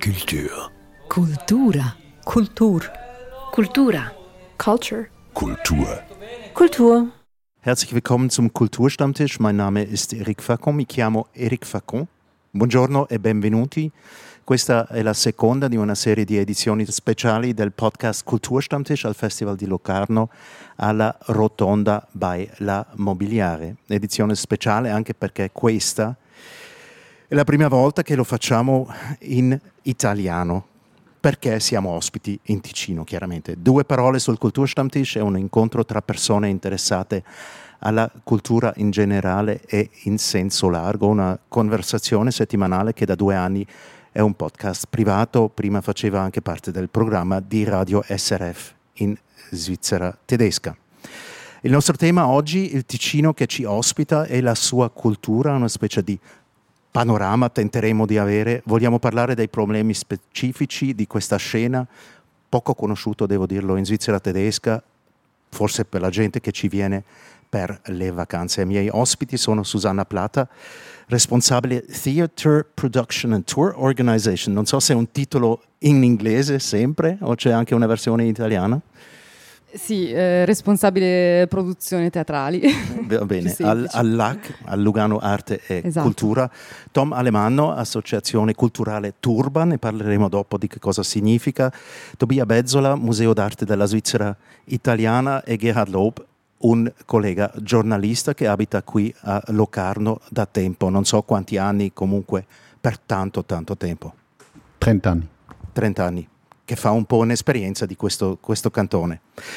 Kultur. Kultura. Kultur. Kultura. Culture. Kultur. Kultur. Herzlich willkommen zum Kulturstammtisch. Mein Name ist Eric Facon, mi chiamo Eric Facon. Buongiorno e benvenuti. Questa è la seconda di una serie di edizioni speciali del podcast Kulturstammtisch al Festival di Locarno alla Rotonda by La Mobiliare. Edizione speciale anche perché questa è la prima volta che lo facciamo in italiano, perché siamo ospiti in Ticino, chiaramente. 2 parole sul Kulturstammtisch è un incontro tra persone interessate alla cultura in generale e in senso largo, una conversazione settimanale che da 2 anni è un podcast privato, prima faceva anche parte del programma di Radio SRF in Svizzera tedesca. Il nostro tema oggi, il Ticino che ci ospita e la sua cultura, una specie di panorama tenteremo di avere. Vogliamo parlare dei problemi specifici di questa scena, poco conosciuto, devo dirlo, in Svizzera tedesca, forse per la gente che ci viene per le vacanze. I miei ospiti sono Susanna Plata, responsabile Theatre Production and Tour Organization. Non so se è un titolo in inglese sempre o c'è anche una versione in italiano. Sì, responsabile produzioni teatrali. Va bene, al LAC, al Lugano Arte e Esatto. Cultura. Tom Alemanno, Associazione Culturale Turban, ne parleremo dopo di che cosa significa. Tobia Bezzola, Museo d'Arte della Svizzera Italiana, e Gerhard Lob, un collega giornalista che abita qui a Locarno da tempo, non so quanti anni, comunque per tanto tempo. 30 anni. 30 anni, che fa un po' un'esperienza di questo cantone.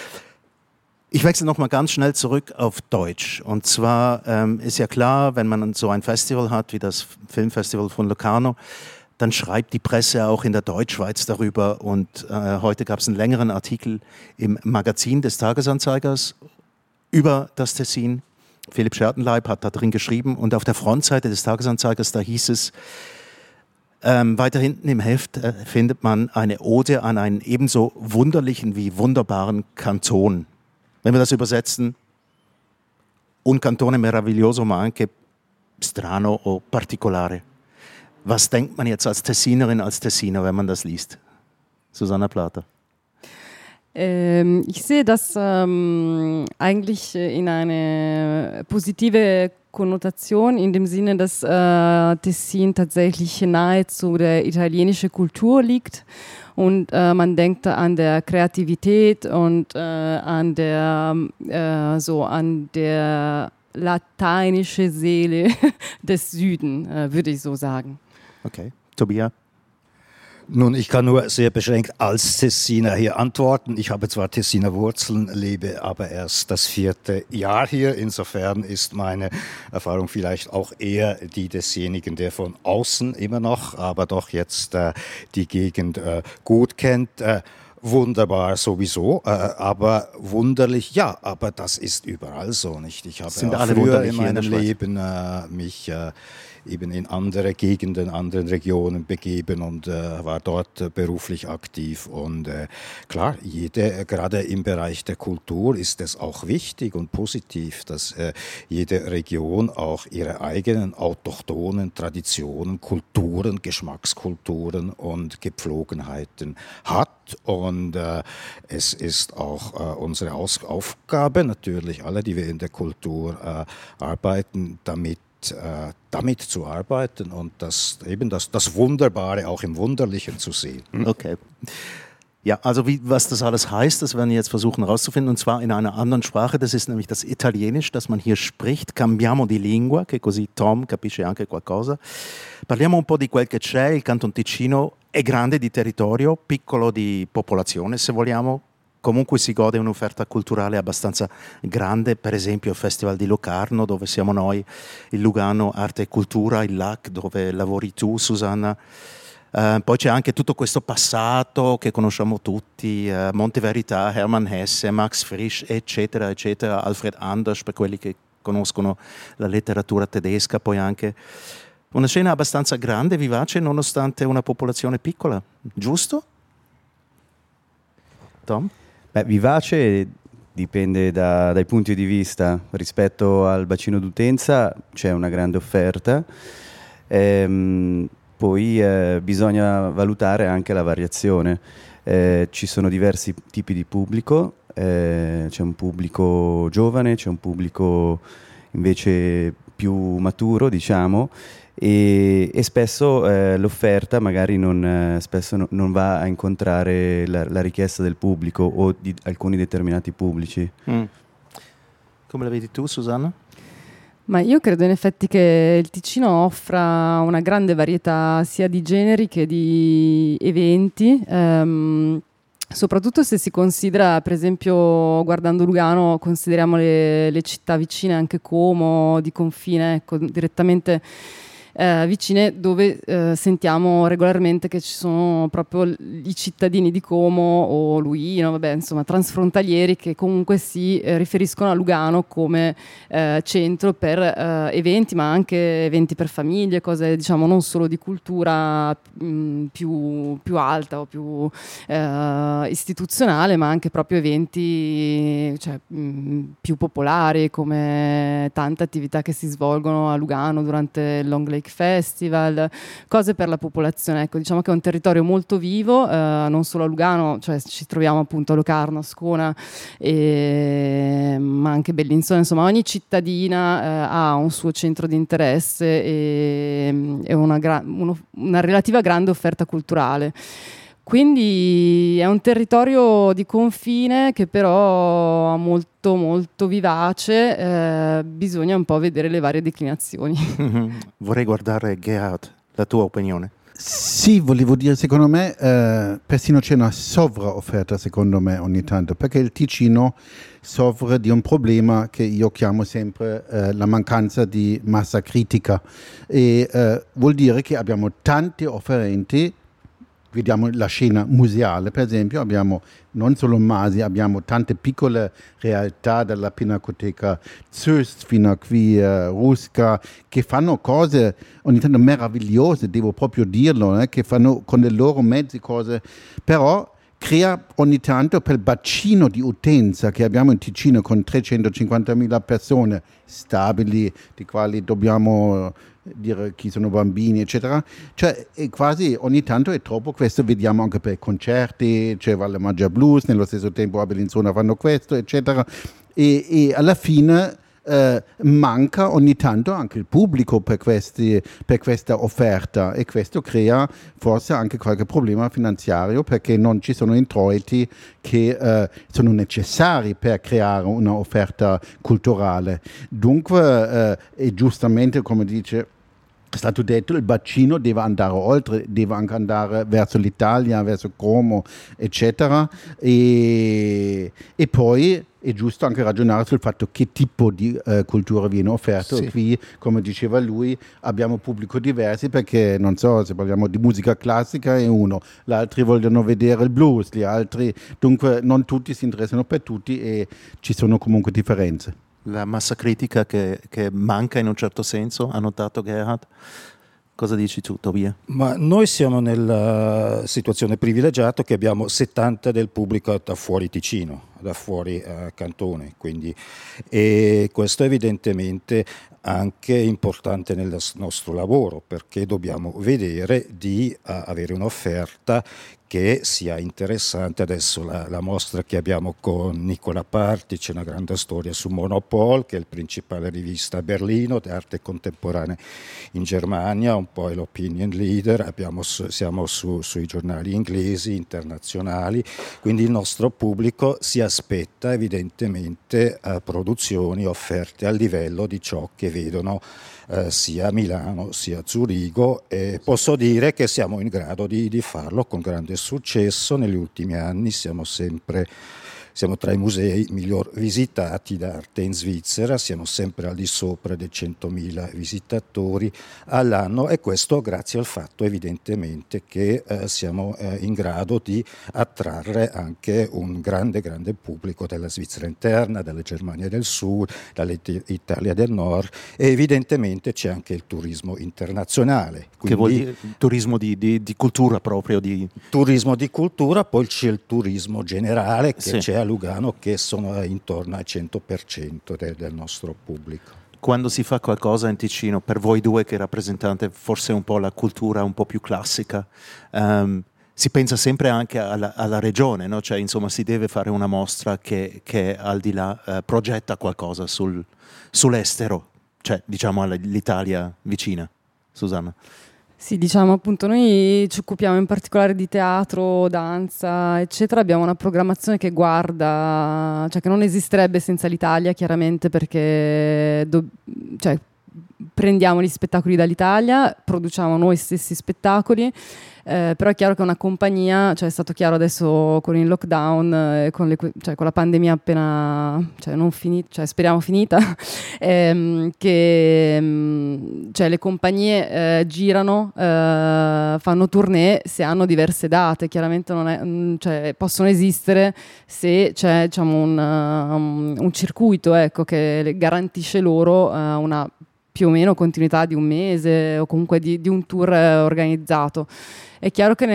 Ich wechsle noch mal ganz schnell zurück auf Deutsch. Und zwar ist ja klar, wenn man so ein Festival hat wie das Filmfestival von Locarno, dann schreibt die Presse auch in der Deutschschweiz darüber. Und heute gab es einen längeren Artikel im Magazin des Tagesanzeigers über das Tessin. Philipp Schertenleib hat da drin geschrieben. Und auf der Frontseite des Tagesanzeigers, da hieß es, weiter hinten im Heft findet man eine Ode an einen ebenso wunderlichen wie wunderbaren Kanton. Wenn wir das übersetzen, un cantone meraviglioso ma anche strano o particolare. Was denkt man jetzt als Tessinerin, als Tessiner, wenn man das liest? Susanna Plata. Ich sehe das eigentlich in eine positive Konnotation, in dem Sinne, dass Tessin tatsächlich nahe zu der italienischen Kultur liegt und man denkt an der Kreativität und an der lateinische Seele des Süden, würde ich so sagen. Okay, Tobia? Nun, ich kann nur sehr beschränkt als Tessiner hier antworten. Ich habe zwar Tessiner Wurzeln, lebe aber erst das 4. Jahr hier. Insofern ist meine Erfahrung vielleicht auch eher die desjenigen, der von außen immer noch, aber doch jetzt die Gegend gut kennt. Wunderbar sowieso, aber wunderlich, ja, aber das ist überall so, nicht? Ich habe früher in meinem Leben mich eben in andere Gegenden, anderen Regionen begeben und war dort beruflich aktiv. Und klar, gerade im Bereich der Kultur ist es auch wichtig und positiv, dass jede Region auch ihre eigenen autochthonen Traditionen, Kulturen, Geschmackskulturen und Gepflogenheiten hat. Und es ist auch unsere Aufgabe, natürlich alle, die wir in der Kultur arbeiten, damit zu arbeiten und das Wunderbare auch im Wunderlichen zu sehen. Okay. Ja, also was das alles heißt, das werden wir jetzt versuchen herauszufinden, und zwar in einer anderen Sprache, das ist nämlich das Italienisch, das man hier spricht. Cambiamo di lingua, che così Tom capisce anche qualcosa. Parliamo un po' di quel che c'è. Il Canton Ticino è grande di territorio, piccolo di popolazione, se vogliamo. Comunque si gode un'offerta culturale abbastanza grande, per esempio il Festival di Locarno, dove siamo noi, il Lugano Arte e Cultura, il LAC, dove lavori tu, Susanna. Poi c'è anche tutto questo passato che conosciamo tutti, Monte Verità, Hermann Hesse, Max Frisch, eccetera, eccetera, Alfred Anders, per quelli che conoscono la letteratura tedesca, poi anche una scena abbastanza grande, vivace, nonostante una popolazione piccola, giusto? Tom? Beh, vivace dipende dai punti di vista. Rispetto al bacino d'utenza c'è una grande offerta. Poi bisogna valutare anche la variazione. Ci sono diversi tipi di pubblico, c'è un pubblico giovane, c'è un pubblico invece più maturo, diciamo, e spesso l'offerta magari spesso non va a incontrare la richiesta del pubblico o di alcuni determinati pubblici. Come la vedi tu, Susanna? Ma io credo in effetti che il Ticino offra una grande varietà sia di generi che di eventi, soprattutto se si considera, per esempio, guardando Lugano, consideriamo le città vicine, anche Como, di confine, ecco, direttamente vicine, dove sentiamo regolarmente che ci sono proprio i cittadini di Como o Luino, vabbè, insomma, transfrontalieri che comunque si riferiscono a Lugano come centro per eventi, ma anche eventi per famiglie, cose diciamo non solo di cultura più alta o più istituzionale, ma anche proprio eventi, cioè, più popolari, come tante attività che si svolgono a Lugano durante il Long Lake Festival, cose per la popolazione. Ecco, diciamo che è un territorio molto vivo, non solo a Lugano, cioè ci troviamo appunto a Locarno, Ascona, ma anche Bellinzona, insomma ogni cittadina ha un suo centro di interesse e una relativa grande offerta culturale. Quindi è un territorio di confine che però è molto molto vivace, bisogna un po' vedere le varie declinazioni. Vorrei guardare Gerhard, la tua opinione. Sì, volevo dire, secondo me persino c'è una sovraofferta, secondo me, ogni tanto, perché il Ticino soffre di un problema che io chiamo sempre la mancanza di massa critica, e vuol dire che abbiamo tante offerenti. Vediamo la scena museale, per esempio, abbiamo non solo Masi, abbiamo tante piccole realtà, dalla Pinacoteca Zöst fino a qui Rusca, che fanno cose ogni tanto meravigliose, devo proprio dirlo, che fanno con i loro mezzi cose, però crea ogni tanto per il bacino di utenza che abbiamo in Ticino con 350.000 persone stabili, di quali dobbiamo dire chi sono bambini, eccetera. Cioè, è quasi ogni tanto è troppo. Questo vediamo anche per concerti, c'è Valle Maggia Blues, nello stesso tempo a Bellinzona fanno questo, eccetera. E alla fine manca ogni tanto anche il pubblico per questa offerta, e questo crea forse anche qualche problema finanziario, perché non ci sono introiti che sono necessari per creare una offerta culturale. Dunque, e giustamente, come dice, è stato detto, il bacino deve andare oltre, deve anche andare verso l'Italia, verso Como, eccetera, e poi è giusto anche ragionare sul fatto che tipo di cultura viene offerta. Sì. Qui, come diceva lui, abbiamo pubblico diversi, perché non so, se parliamo di musica classica è uno, gli altri vogliono vedere il blues, gli altri, dunque non tutti si interessano per tutti e ci sono comunque differenze. La massa critica che manca in un certo senso, ha notato Gerhard? Cosa dici tu, Tobia? Ma noi siamo nella situazione privilegiata che abbiamo 70 del pubblico da fuori Ticino, da fuori Cantone, quindi, e questo è evidentemente anche importante nel nostro lavoro, perché dobbiamo vedere di avere un'offerta che sia interessante. Adesso la mostra che abbiamo con Nicola Parti, c'è una grande storia su Monopol, che è la principale rivista a Berlino d'arte contemporanea in Germania, un po' è l'opinion leader, siamo sui giornali inglesi, internazionali, quindi il nostro pubblico si aspetta evidentemente produzioni offerte al livello di ciò che vedono sia a Milano sia a Zurigo, e posso dire che siamo in grado di farlo con grande successo. Negli ultimi anni siamo tra i musei miglior visitati d'arte in Svizzera, siamo sempre al di sopra dei 100.000 visitatori all'anno, e questo grazie al fatto evidentemente che siamo in grado di attrarre anche un grande pubblico dalla Svizzera interna, dalla Germania del Sud, dall'Italia del Nord, e evidentemente c'è anche il turismo internazionale. Quindi, che vuol dire turismo di cultura proprio? Turismo di cultura, poi c'è il turismo generale che sì. C'è a Lugano, che sono intorno al 100% del nostro pubblico. quando si fa qualcosa in Ticino, per voi due che rappresentate forse un po' la cultura un po' più classica, si pensa sempre anche alla regione, no? Cioè, insomma, si deve fare una mostra che al di là progetta qualcosa sull'estero, cioè diciamo all'Italia vicina. Susanna. Sì, diciamo appunto noi ci occupiamo in particolare di teatro, danza, eccetera. Abbiamo una programmazione che guarda, cioè che non esisterebbe senza l'Italia, chiaramente, perché cioè, prendiamo gli spettacoli dall'Italia, produciamo noi stessi spettacoli, però è chiaro che una compagnia, cioè è stato chiaro adesso con il lockdown, cioè con la pandemia appena, cioè non finita, cioè speriamo finita, che cioè le compagnie girano, fanno tournée se hanno diverse date, chiaramente non è, cioè possono esistere se c'è, diciamo, un circuito, ecco, che garantisce loro una più o meno continuità di un mese o comunque di un tour organizzato. È chiaro che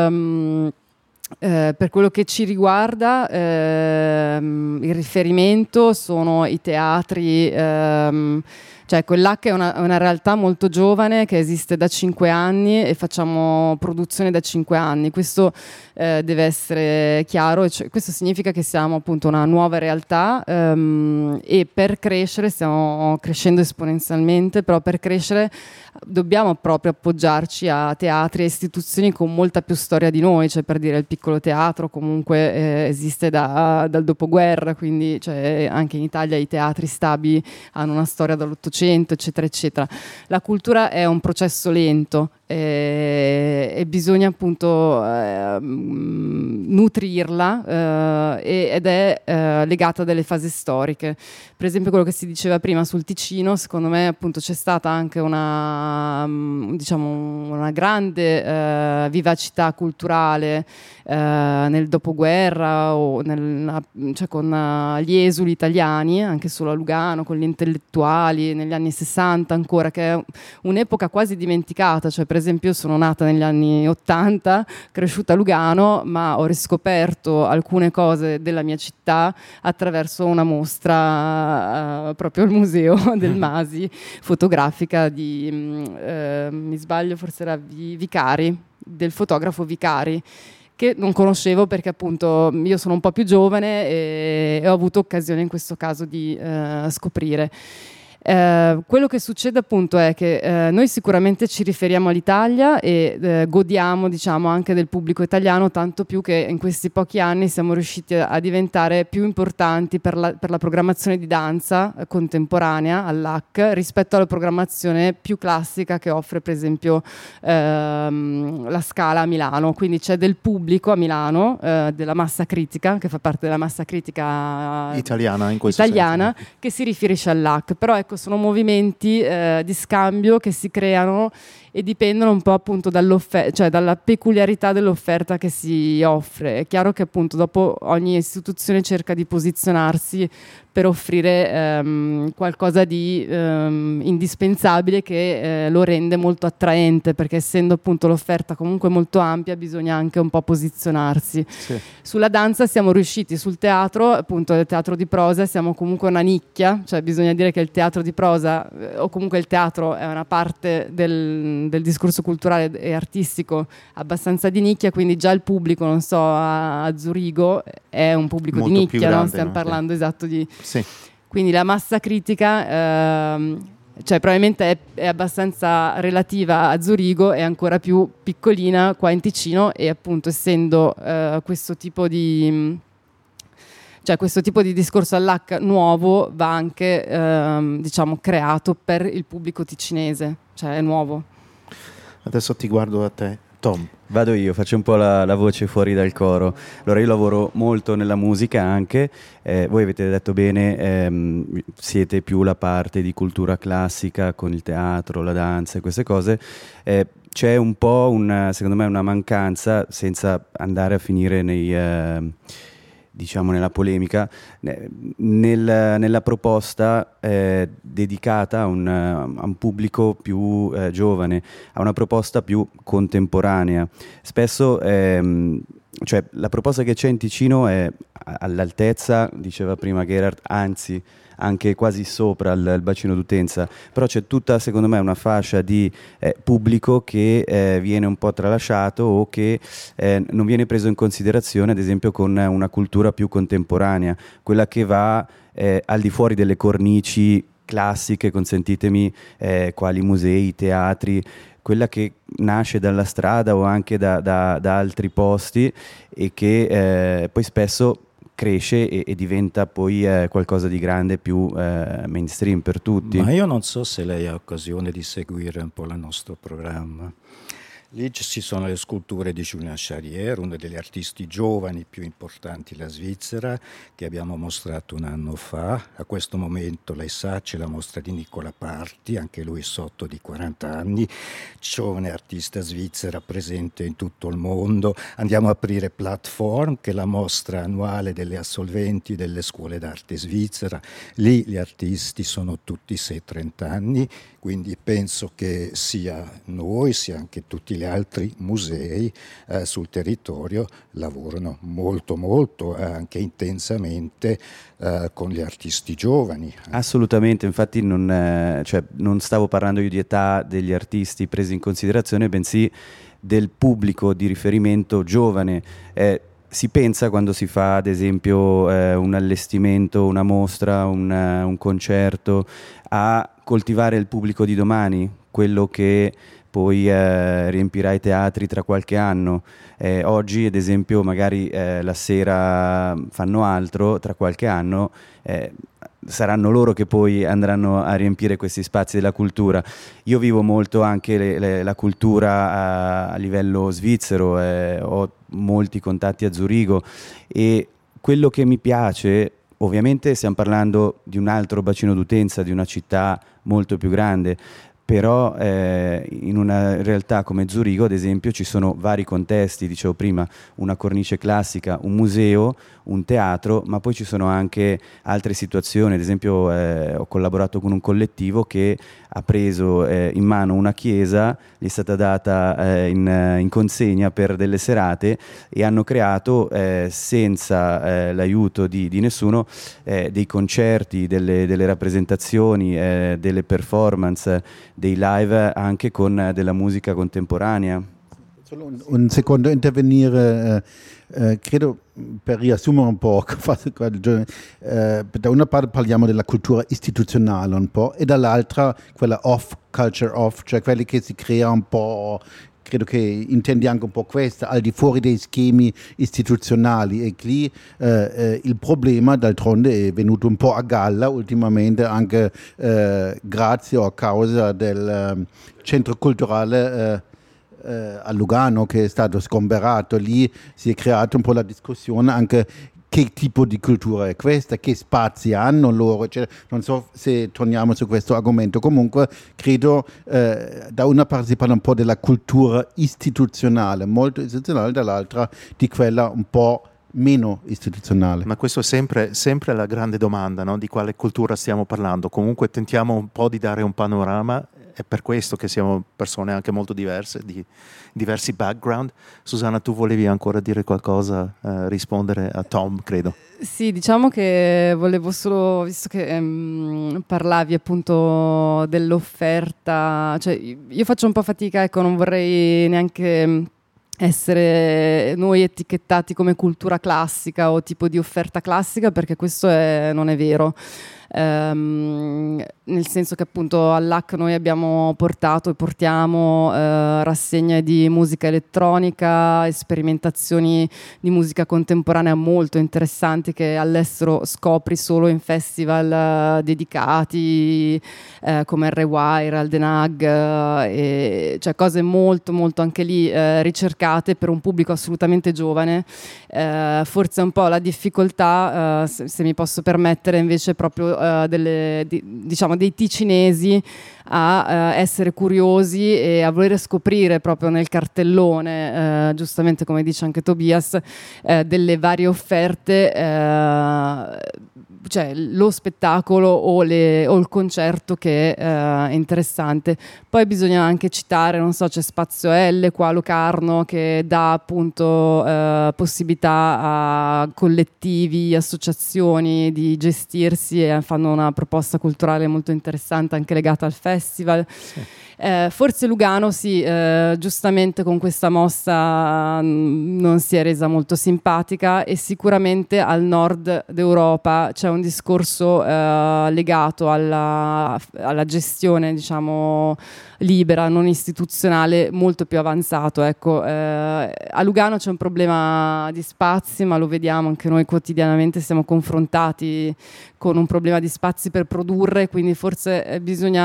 per quello che ci riguarda il riferimento sono i teatri, cioè quell'H è una realtà molto giovane che esiste da 5 anni e facciamo produzione da 5 anni. Questo deve essere chiaro, cioè, questo significa che siamo appunto una nuova realtà e per crescere, stiamo crescendo esponenzialmente, però per crescere dobbiamo proprio appoggiarci a teatri e istituzioni con molta più storia di noi, cioè per dire il piccolo teatro comunque esiste dal dopoguerra, quindi cioè, anche in Italia i teatri stabili hanno una storia dall'Ottocento, eccetera, eccetera. La cultura è un processo lento e bisogna appunto nutrirla ed è legata a delle fasi storiche. Per esempio quello che si diceva prima sul Ticino, secondo me appunto c'è stata anche una grande vivacità culturale nel dopoguerra o cioè con gli esuli italiani, anche solo a Lugano, con gli intellettuali negli anni 60 ancora, che è un'epoca quasi dimenticata. Cioè per esempio io sono nata negli anni 80, cresciuta a Lugano, ma ho riscoperto alcune cose della mia città attraverso una mostra proprio al museo del Masi, fotografica di mi sbaglio, forse era Vicari, del fotografo Vicari, che non conoscevo perché appunto io sono un po' più giovane e ho avuto occasione in questo caso di scoprire. Quello che succede appunto è che noi sicuramente ci riferiamo all'Italia e godiamo, diciamo, anche del pubblico italiano, tanto più che in questi pochi anni siamo riusciti a diventare più importanti per la programmazione di danza contemporanea all'H rispetto alla programmazione più classica che offre per esempio la Scala a Milano. Quindi c'è del pubblico a Milano, della massa critica, che fa parte della massa critica italiana in questo italiana, senso, che si riferisce all'H. Però ecco, sono movimenti di scambio che si creano e dipendono un po' appunto cioè dalla peculiarità dell'offerta che si offre. È chiaro che appunto dopo ogni istituzione cerca di posizionarsi per offrire qualcosa di indispensabile che lo rende molto attraente, perché essendo appunto l'offerta comunque molto ampia bisogna anche un po' posizionarsi. Sì. Sulla danza siamo riusciti, sul teatro, appunto il teatro di prosa, siamo comunque una nicchia, cioè bisogna dire che il teatro di prosa o comunque il teatro è una parte del discorso culturale e artistico abbastanza di nicchia, quindi già il pubblico, non so, a Zurigo è un pubblico molto di nicchia, grande, no? Stiamo parlando esatto di... Sì. Quindi la massa critica cioè probabilmente è abbastanza relativa a Zurigo, è ancora più piccolina qua in Ticino e appunto essendo questo tipo di discorso all'H nuovo va anche diciamo creato per il pubblico ticinese, cioè è nuovo. Adesso ti guardo a te, Tom. Vado io, faccio un po' la voce fuori dal coro. Allora io lavoro molto nella musica anche, voi avete detto bene, siete più la parte di cultura classica con il teatro, la danza e queste cose. C'è un po' secondo me una mancanza, senza andare a finire diciamo nella polemica, nella proposta dedicata a un pubblico più giovane, a una proposta più contemporanea. Spesso cioè la proposta che c'è in Ticino è all'altezza, diceva prima Gerhard, anzi anche quasi sopra il bacino d'utenza, però c'è tutta, secondo me, una fascia di pubblico che viene un po' tralasciato o che non viene preso in considerazione, ad esempio con una cultura più contemporanea, quella che va al di fuori delle cornici classiche, consentitemi, quali musei, teatri, quella che nasce dalla strada o anche da altri posti e che poi spesso cresce e diventa poi qualcosa di grande, più mainstream per tutti. Ma io non so se lei ha occasione di seguire un po' il nostro programma. Lì ci sono le sculture di Julien Charrière, uno degli artisti giovani più importanti della Svizzera, che abbiamo mostrato un anno fa. A questo momento, lei sa, c'è la mostra di Nicola Parti, anche lui sotto di 40 anni, giovane artista svizzera presente in tutto il mondo. Andiamo a aprire Platform, che è la mostra annuale delle assolventi delle scuole d'arte svizzera. Lì gli artisti sono tutti 6-30 anni, quindi penso che sia noi, sia anche tutti gli altri musei sul territorio lavorano molto anche intensamente con gli artisti giovani. Assolutamente, infatti non stavo parlando io di età degli artisti presi in considerazione, bensì del pubblico di riferimento giovane. Si pensa, quando si fa ad esempio un allestimento, una mostra, un concerto, a coltivare il pubblico di domani, quello che poi riempirà i teatri tra qualche anno. Oggi ad esempio magari la sera fanno altro, tra qualche anno saranno loro che poi andranno a riempire questi spazi della cultura. Io vivo molto anche la cultura a livello svizzero, ho molti contatti a Zurigo e quello che mi piace, ovviamente stiamo parlando di un altro bacino d'utenza, di una città molto più grande, però in una realtà come Zurigo, ad esempio, ci sono vari contesti, dicevo prima, una cornice classica, un museo, un teatro, ma poi ci sono anche altre situazioni. Ad esempio ho collaborato con un collettivo che ha preso in mano una chiesa, gli è stata data in consegna per delle serate e hanno creato senza l'aiuto di nessuno dei concerti, delle rappresentazioni, delle performance, dei live anche con della musica contemporanea. Solo un secondo intervenire, credo per riassumere un po', da una parte parliamo della cultura istituzionale un po' e dall'altra quella off, culture off, cioè quelli che si crea un po', credo che intendi anche un po' questa, al di fuori dei schemi istituzionali, e lì il problema d'altronde è venuto un po' a galla ultimamente anche grazie o a causa del centro culturale a Lugano, che è stato sgomberato. Lì si è creata un po' la discussione anche che tipo di cultura è questa, che spazi hanno loro, cioè, non so se torniamo su questo argomento. Comunque credo da una parte si parla un po' della cultura istituzionale, molto istituzionale, dall'altra di quella un po' meno istituzionale. Ma questo è sempre la grande domanda, no? Di quale cultura stiamo parlando. Comunque tentiamo un po' di dare un panorama. È per questo che siamo persone anche molto diverse, di diversi background. Susanna, tu volevi ancora dire qualcosa, rispondere a Tom, credo. Sì, diciamo che volevo solo, visto che parlavi appunto dell'offerta, cioè io faccio un po' fatica, ecco, non vorrei neanche essere noi etichettati come cultura classica o tipo di offerta classica, perché questo non è vero. Nel senso che appunto all'AC noi abbiamo portato e portiamo rassegne di musica elettronica, sperimentazioni di musica contemporanea molto interessanti che all'estero scopri solo in festival dedicati come Rewire, Aldenag, cioè cose molto molto anche lì ricercate per un pubblico assolutamente giovane. Forse un po' la difficoltà, se mi posso permettere, invece proprio diciamo dei ticinesi a essere curiosi e a voler scoprire proprio nel cartellone, giustamente come dice anche Tobias, delle varie offerte cioè lo spettacolo o il concerto che è interessante. Poi bisogna anche citare, non so, c'è Spazio L qua a Locarno che dà appunto possibilità a collettivi, associazioni di gestirsi e fanno una proposta culturale molto interessante anche legata al festival. Sì. Forse Lugano giustamente con questa mossa non si è resa molto simpatica, e sicuramente al nord d'Europa c'è un discorso legato alla gestione, diciamo, libera, non istituzionale, molto più avanzato. Ecco, a Lugano c'è un problema di spazi, ma lo vediamo anche noi quotidianamente, siamo confrontati con un problema di spazi per produrre, quindi forse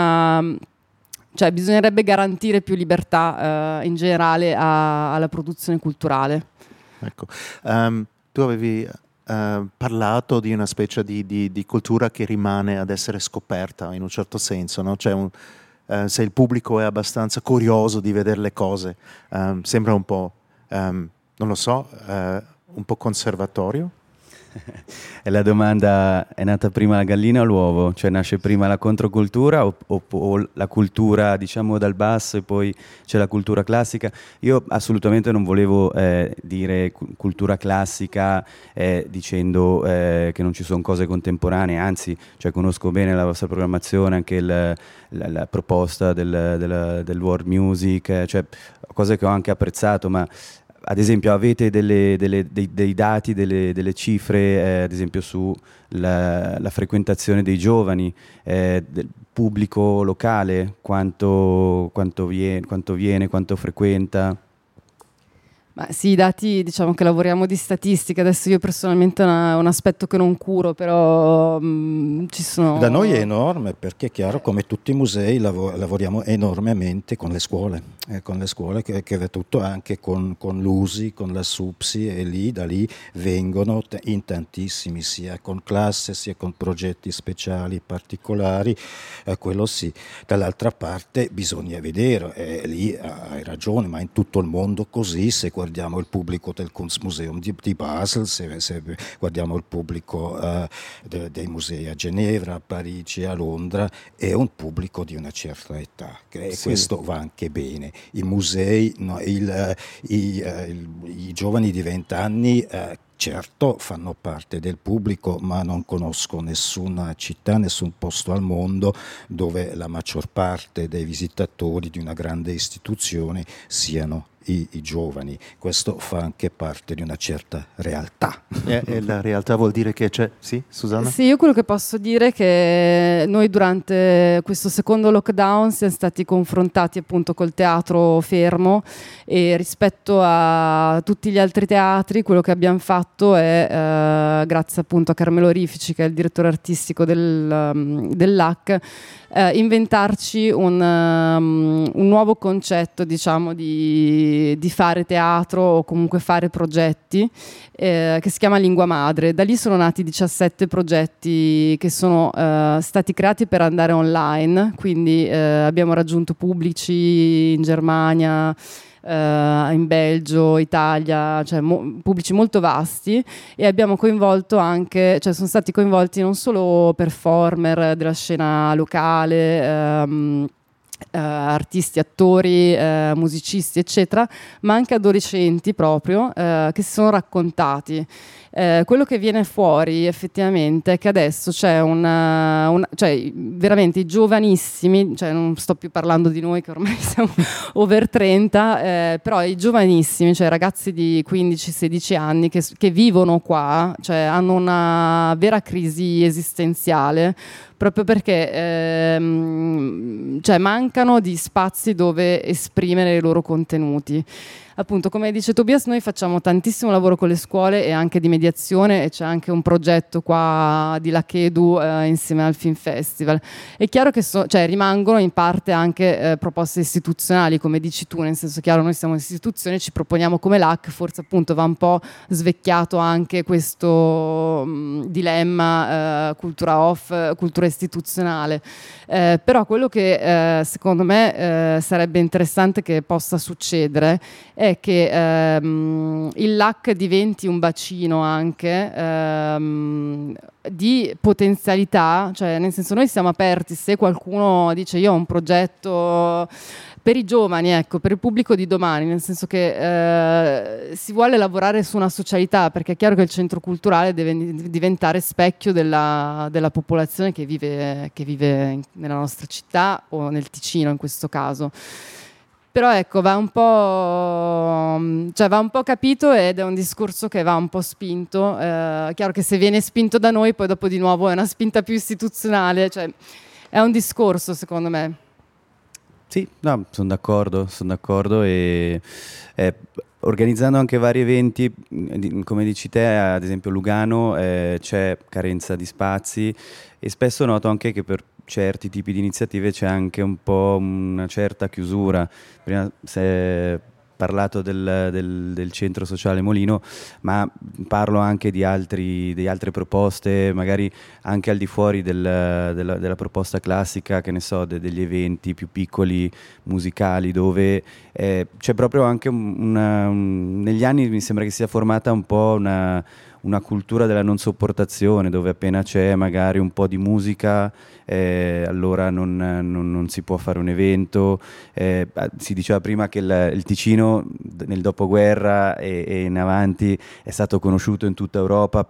bisognerebbe garantire più libertà in generale alla produzione culturale. Ecco, tu avevi parlato di una specie di cultura che rimane ad essere scoperta in un certo senso, no? Cioè se il pubblico è abbastanza curioso di vedere le cose, sembra un po', non lo so, un po' conservatorio? E la domanda: è nata prima la gallina o l'uovo? Cioè nasce prima la controcultura o la cultura, diciamo, dal basso, e poi c'è la cultura classica? Io assolutamente non volevo dire cultura classica dicendo che non ci sono cose contemporanee, anzi, cioè, conosco bene la vostra programmazione, anche la proposta del world music, cioè cose che ho anche apprezzato, ma ad esempio avete dei dati, delle cifre, ad esempio sulla frequentazione dei giovani, del pubblico locale, quanto viene, quanto frequenta? Ma sì, i dati, diciamo che lavoriamo di statistica, adesso io personalmente è un aspetto che non curo, però ci sono... Da noi è enorme, perché è chiaro, come tutti i musei lavoriamo enormemente con le scuole che tutto anche con l'USI, con la SUPSI, e da lì vengono in tantissimi, sia con classe sia con progetti speciali particolari, quello sì. Dall'altra parte bisogna vedere, lì hai ragione, ma in tutto il mondo così, se guardiamo il pubblico del Kunstmuseum di Basel, se guardiamo il pubblico dei musei a Ginevra, a Parigi, a Londra, è un pubblico di una certa età, e questo va anche bene. I musei, no, i giovani di 20 anni certo fanno parte del pubblico, ma non conosco nessuna città, nessun posto al mondo dove la maggior parte dei visitatori di una grande istituzione siano i giovani. Questo fa anche parte di una certa realtà. E la realtà vuol dire che c'è, sì, Susanna? Sì, io quello che posso dire è che noi durante questo secondo lockdown siamo stati confrontati appunto col teatro fermo, e rispetto a tutti gli altri teatri quello che abbiamo fatto è, grazie appunto a Carmelo Rifici, che è il direttore artistico dell'AC, inventarci un nuovo concetto, diciamo, di fare teatro o comunque fare progetti, che si chiama Lingua Madre. Da lì sono nati 17 progetti che sono stati creati per andare online, quindi abbiamo raggiunto pubblici in Germania, in Belgio, Italia, cioè pubblici molto vasti, e abbiamo coinvolto anche, cioè sono stati coinvolti non solo performer della scena locale, artisti, attori, musicisti eccetera, ma anche adolescenti proprio, che si sono raccontati. Quello che viene fuori effettivamente è che adesso c'è cioè veramente i giovanissimi, cioè non sto più parlando di noi che ormai siamo over 30, però i giovanissimi, cioè ragazzi di 15-16 anni che vivono qua, cioè hanno una vera crisi esistenziale, proprio perché cioè mancano di spazi dove esprimere i loro contenuti. Appunto, come dice Tobias, noi facciamo tantissimo lavoro con le scuole e anche di mediazione, e c'è anche un progetto qua di Lachedu insieme al Film Festival. È chiaro che cioè, rimangono in parte anche proposte istituzionali, come dici tu, nel senso, chiaro, noi siamo un'istituzione, ci proponiamo come LAC, forse appunto va un po' svecchiato anche questo dilemma cultura off, cultura istituzionale. Però quello che secondo me sarebbe interessante che possa succedere è è che il LAC diventi un bacino anche di potenzialità, cioè nel senso noi siamo aperti, se qualcuno dice io ho un progetto per i giovani, ecco, per il pubblico di domani, nel senso che si vuole lavorare su una socialità, perché è chiaro che il centro culturale deve diventare specchio della popolazione che vive nella nostra città o nel Ticino in questo caso. Però ecco, va un po' capito ed è un discorso che va un po' spinto. Chiaro che se viene spinto da noi, poi dopo di nuovo è una spinta più istituzionale, cioè è un discorso secondo me. Sì, no, sono d'accordo e organizzando anche vari eventi, come dici te, ad esempio Lugano, c'è carenza di spazi e spesso noto anche che per certi tipi di iniziative c'è anche un po' una certa chiusura. Prima si è parlato del centro sociale Molino, ma parlo anche di altre proposte, magari anche al di fuori della proposta classica, che ne so, degli eventi più piccoli, musicali, dove c'è proprio anche negli anni mi sembra che sia formata un po' una cultura della non sopportazione, dove appena c'è magari un po' di musica allora non si può fare un evento. Si diceva prima che il Ticino nel dopoguerra e in avanti è stato conosciuto in tutta Europa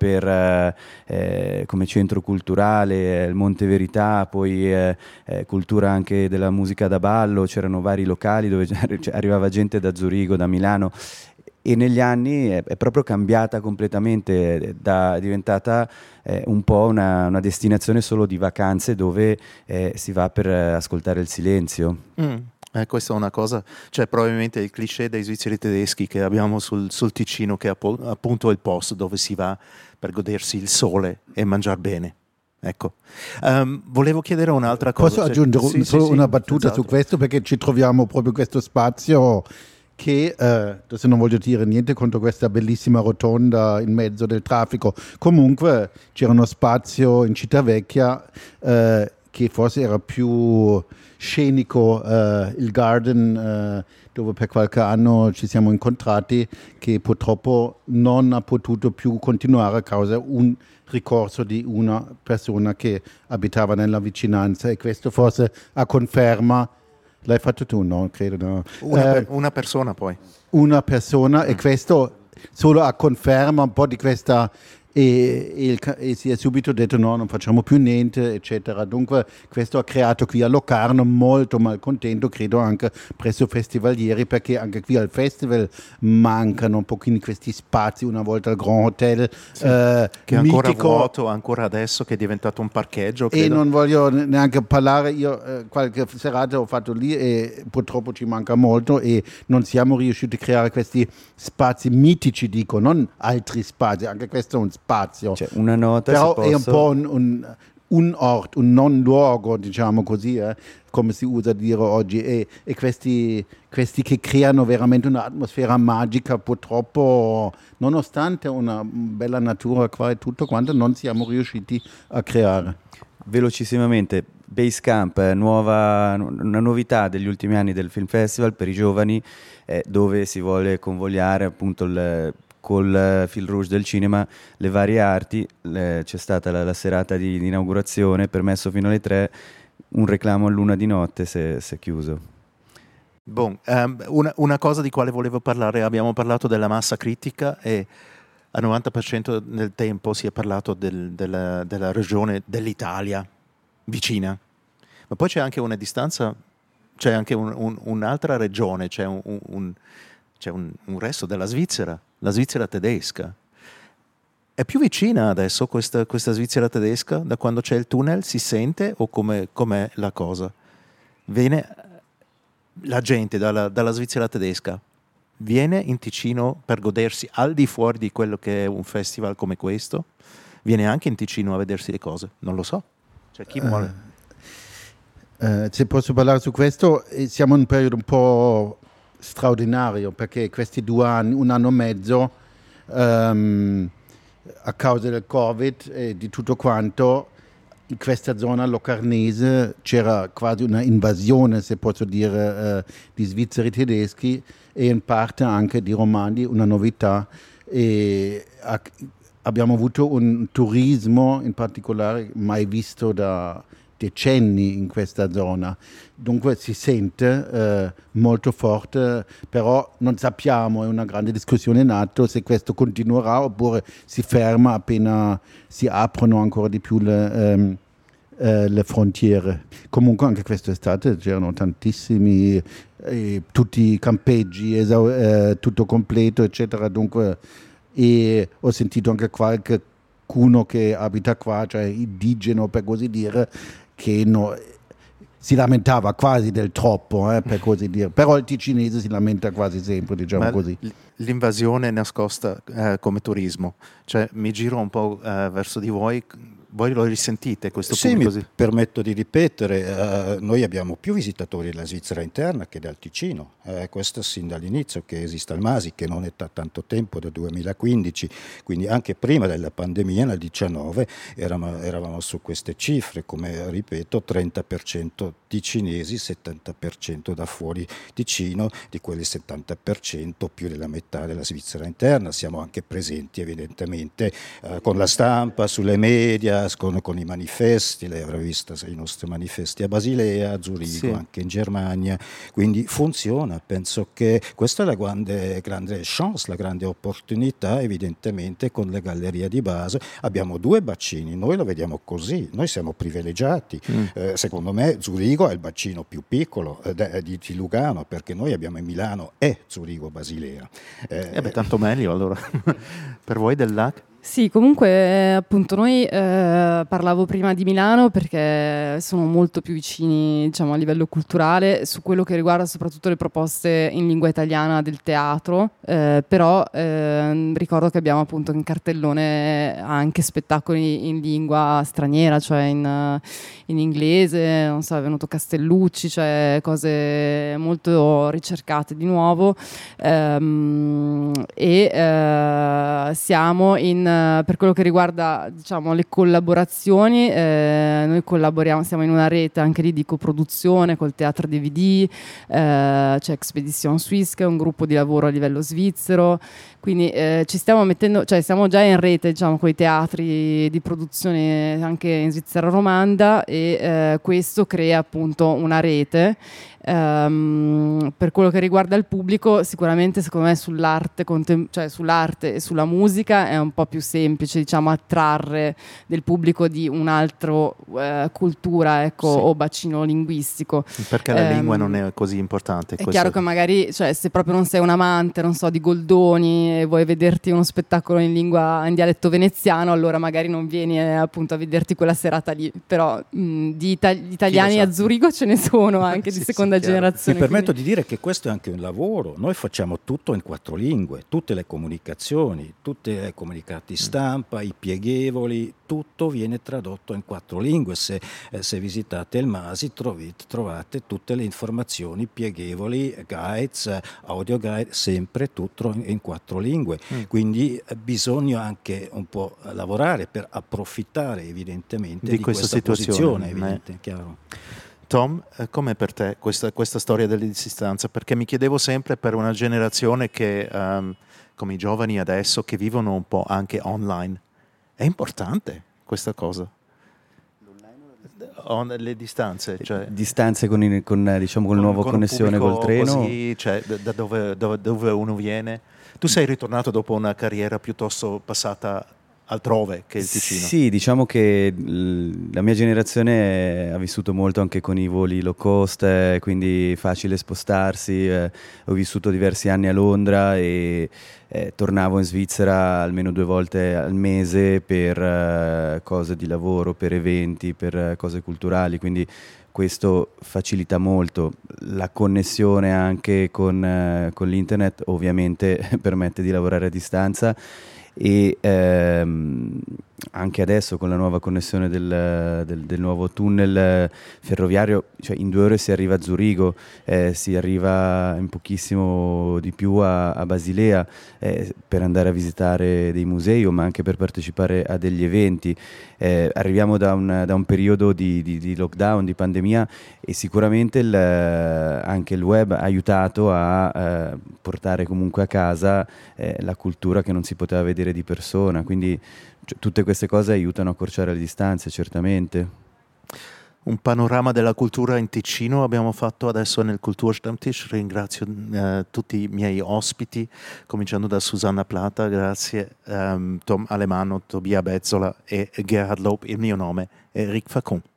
come centro culturale, il Monte Verità, poi cultura anche della musica da ballo, c'erano vari locali dove arrivava gente da Zurigo, da Milano. E negli anni è proprio cambiata completamente, è diventata un po' una destinazione solo di vacanze dove si va per ascoltare il silenzio. Questa è una cosa, cioè probabilmente il cliché dei svizzeri tedeschi che abbiamo sul Ticino, che è appunto il posto dove si va per godersi il sole e mangiare bene. Ecco, volevo chiedere un'altra cosa. Posso aggiungere solo una battuta esatto. su questo, perché ci troviamo proprio in questo spazio che, adesso non voglio dire niente contro questa bellissima rotonda in mezzo del traffico, comunque c'era uno spazio in Cittavecchia che forse era più scenico, il Garden, dove per qualche anno ci siamo incontrati, che purtroppo non ha potuto più continuare a causa un ricorso di una persona che abitava nella vicinanza, e questo forse a conferma. L'hai fatto tu, no? Credo, no. Una persona poi. Una persona, e questo solo a conferma un po' di questa... E si è subito detto no, non facciamo più niente, eccetera. Dunque questo ha creato qui a Locarno molto malcontento, credo anche presso festivalieri, perché anche qui al festival mancano un pochino questi spazi. Una volta al Grand Hotel, sì, che è ancora mitico, vuoto, ancora adesso che è diventato un parcheggio, credo. E non voglio neanche parlare, io qualche serata ho fatto lì e purtroppo ci manca molto, e non siamo riusciti a creare questi spazi mitici, dico, non altri spazi, anche questo è un spazio. Cioè, una nota, però se è posso... un po' un ort, un non luogo, diciamo così, come si usa dire oggi, e questi che creano veramente un'atmosfera magica, purtroppo, nonostante una bella natura qua e tutto quanto, non siamo riusciti a creare. Velocissimamente, Basecamp, una novità degli ultimi anni del Film Festival per i giovani, dove si vuole convogliare appunto col fil rouge del cinema le varie arti. C'è stata la serata di inaugurazione, permesso fino alle 3, un reclamo all'1 di notte si è chiuso. Bon, una cosa di quale volevo parlare, abbiamo parlato della massa critica, e al 90% del tempo si è parlato della regione dell'Italia vicina, ma poi c'è anche una distanza, c'è anche un'altra regione, c'è un resto della Svizzera, la Svizzera tedesca. È più vicina adesso questa Svizzera tedesca? Da quando c'è il tunnel si sente, o com'è la cosa? La gente dalla Svizzera tedesca viene in Ticino per godersi, al di fuori di quello che è un festival come questo, viene anche in Ticino a vedersi le cose? Non lo so. Cioè, chi vuole? Se posso parlare su questo, siamo in un periodo un po' straordinario, perché questi 2 anni, 1 anno e mezzo, a causa del Covid e di tutto quanto, in questa zona locarnese c'era quasi una invasione, se posso dire, di svizzeri tedeschi e in parte anche di romani, una novità. E abbiamo avuto un turismo in particolare mai visto da decenni in questa zona, dunque si sente molto forte, però non sappiamo, è una grande discussione in atto se questo continuerà oppure si ferma appena si aprono ancora di più le frontiere. Comunque anche quest'estate c'erano tantissimi, tutti i campeggi, tutto completo eccetera, dunque, e ho sentito anche qualcuno che abita qua, cioè indigeno per così dire, che si lamentava quasi del troppo, per così dire. Però il ticinese si lamenta quasi sempre, diciamo così. L'invasione nascosta come turismo, cioè mi giro un po' verso di voi lo risentite questo pubblico? Sì, mi permetto di ripetere, noi abbiamo più visitatori della Svizzera interna che dal Ticino, questo sin dall'inizio che esiste il Masi, che non è da tanto tempo, dal 2015, quindi anche prima della pandemia, nel 2019, eravamo su queste cifre, come ripeto, 30% ticinesi, 70% da fuori Ticino, di quelli 70% più della metà della Svizzera interna. Siamo anche presenti evidentemente con la stampa, sulle media, con i manifesti, lei avrà visto i nostri manifesti a Basilea, a Zurigo, sì, anche in Germania, quindi funziona. Penso che questa è la grande chance, la grande opportunità. Evidentemente con le gallerie di base abbiamo due bacini, noi lo vediamo così, noi siamo privilegiati. Secondo me Zurigo è il bacino più piccolo di Lugano, perché noi abbiamo in Milano e Zurigo Basilea. Tanto meglio allora per voi del LAC? Sì, comunque appunto noi parlavo prima di Milano perché sono molto più vicini, diciamo, a livello culturale su quello che riguarda soprattutto le proposte in lingua italiana del teatro, però ricordo che abbiamo appunto in cartellone anche spettacoli in lingua straniera, cioè in inglese, non so, è venuto Castellucci, cioè cose molto ricercate di nuovo, siamo per quello che riguarda, diciamo, le collaborazioni, noi collaboriamo, siamo in una rete anche lì di coproduzione col Teatro DVD, c'è Expedition Suisse che è un gruppo di lavoro a livello svizzero, quindi ci stiamo mettendo, cioè siamo già in rete, diciamo, con i teatri di produzione anche in Svizzera romanda, e questo crea appunto una rete. Per quello che riguarda il pubblico, sicuramente secondo me sull'arte e sulla musica è un po' più semplice, diciamo, attrarre del pubblico di un'altra cultura, ecco, sì, o bacino linguistico, perché la lingua non è così importante. È chiaro che magari, cioè, se proprio non sei un amante, non so, di Goldoni e vuoi vederti uno spettacolo in dialetto veneziano, allora magari non vieni appunto a vederti quella serata lì, però di italiani a Zurigo ce ne sono anche di seconda generazione. Mi permetto di dire che questo è anche un lavoro. Noi facciamo tutto in 4 lingue, tutte le comunicazioni, tutti i comunicati stampa, i pieghevoli, tutto viene tradotto in 4 lingue. Se visitate il Masi trovate tutte le informazioni, pieghevoli, guides, audio guide, sempre tutto in 4 lingue. Quindi bisogna anche un po' lavorare per approfittare evidentemente di questa situazione. Evidente, chiaro. Tom, com'è per te questa storia della distanza? Perché mi chiedevo sempre, per una generazione che, come i giovani adesso, che vivono un po' anche online, è importante questa cosa? Le distanze, cioè distanze con la nuova connessione col treno, così, cioè da dove uno viene. Tu sei ritornato dopo una carriera piuttosto passata altrove che il Ticino. Sì, diciamo che la mia generazione ha vissuto molto anche con i voli low cost, quindi facile spostarsi. Ho vissuto diversi anni a Londra e tornavo in Svizzera almeno 2 volte al mese per cose di lavoro, per eventi, per cose culturali, quindi questo facilita molto. La connessione anche con l'internet ovviamente permette di lavorare a distanza, e anche adesso con la nuova connessione del nuovo tunnel ferroviario, cioè in 2 ore si arriva a Zurigo, si arriva in pochissimo di più a Basilea per andare a visitare dei musei, ma anche per partecipare a degli eventi. Arriviamo da un periodo di lockdown, di pandemia, e sicuramente anche il web ha aiutato a portare comunque a casa la cultura che non si poteva vedere di persona, quindi tutte queste cose aiutano a accorciare le distanze, certamente. Un panorama della cultura in Ticino abbiamo fatto adesso nel Kulturstammtisch. Ringrazio tutti i miei ospiti, cominciando da Susanna Plata, grazie, Tom Alemanno, Tobia Bezzola e Gerhard Lob. Il mio nome è Eric Facon.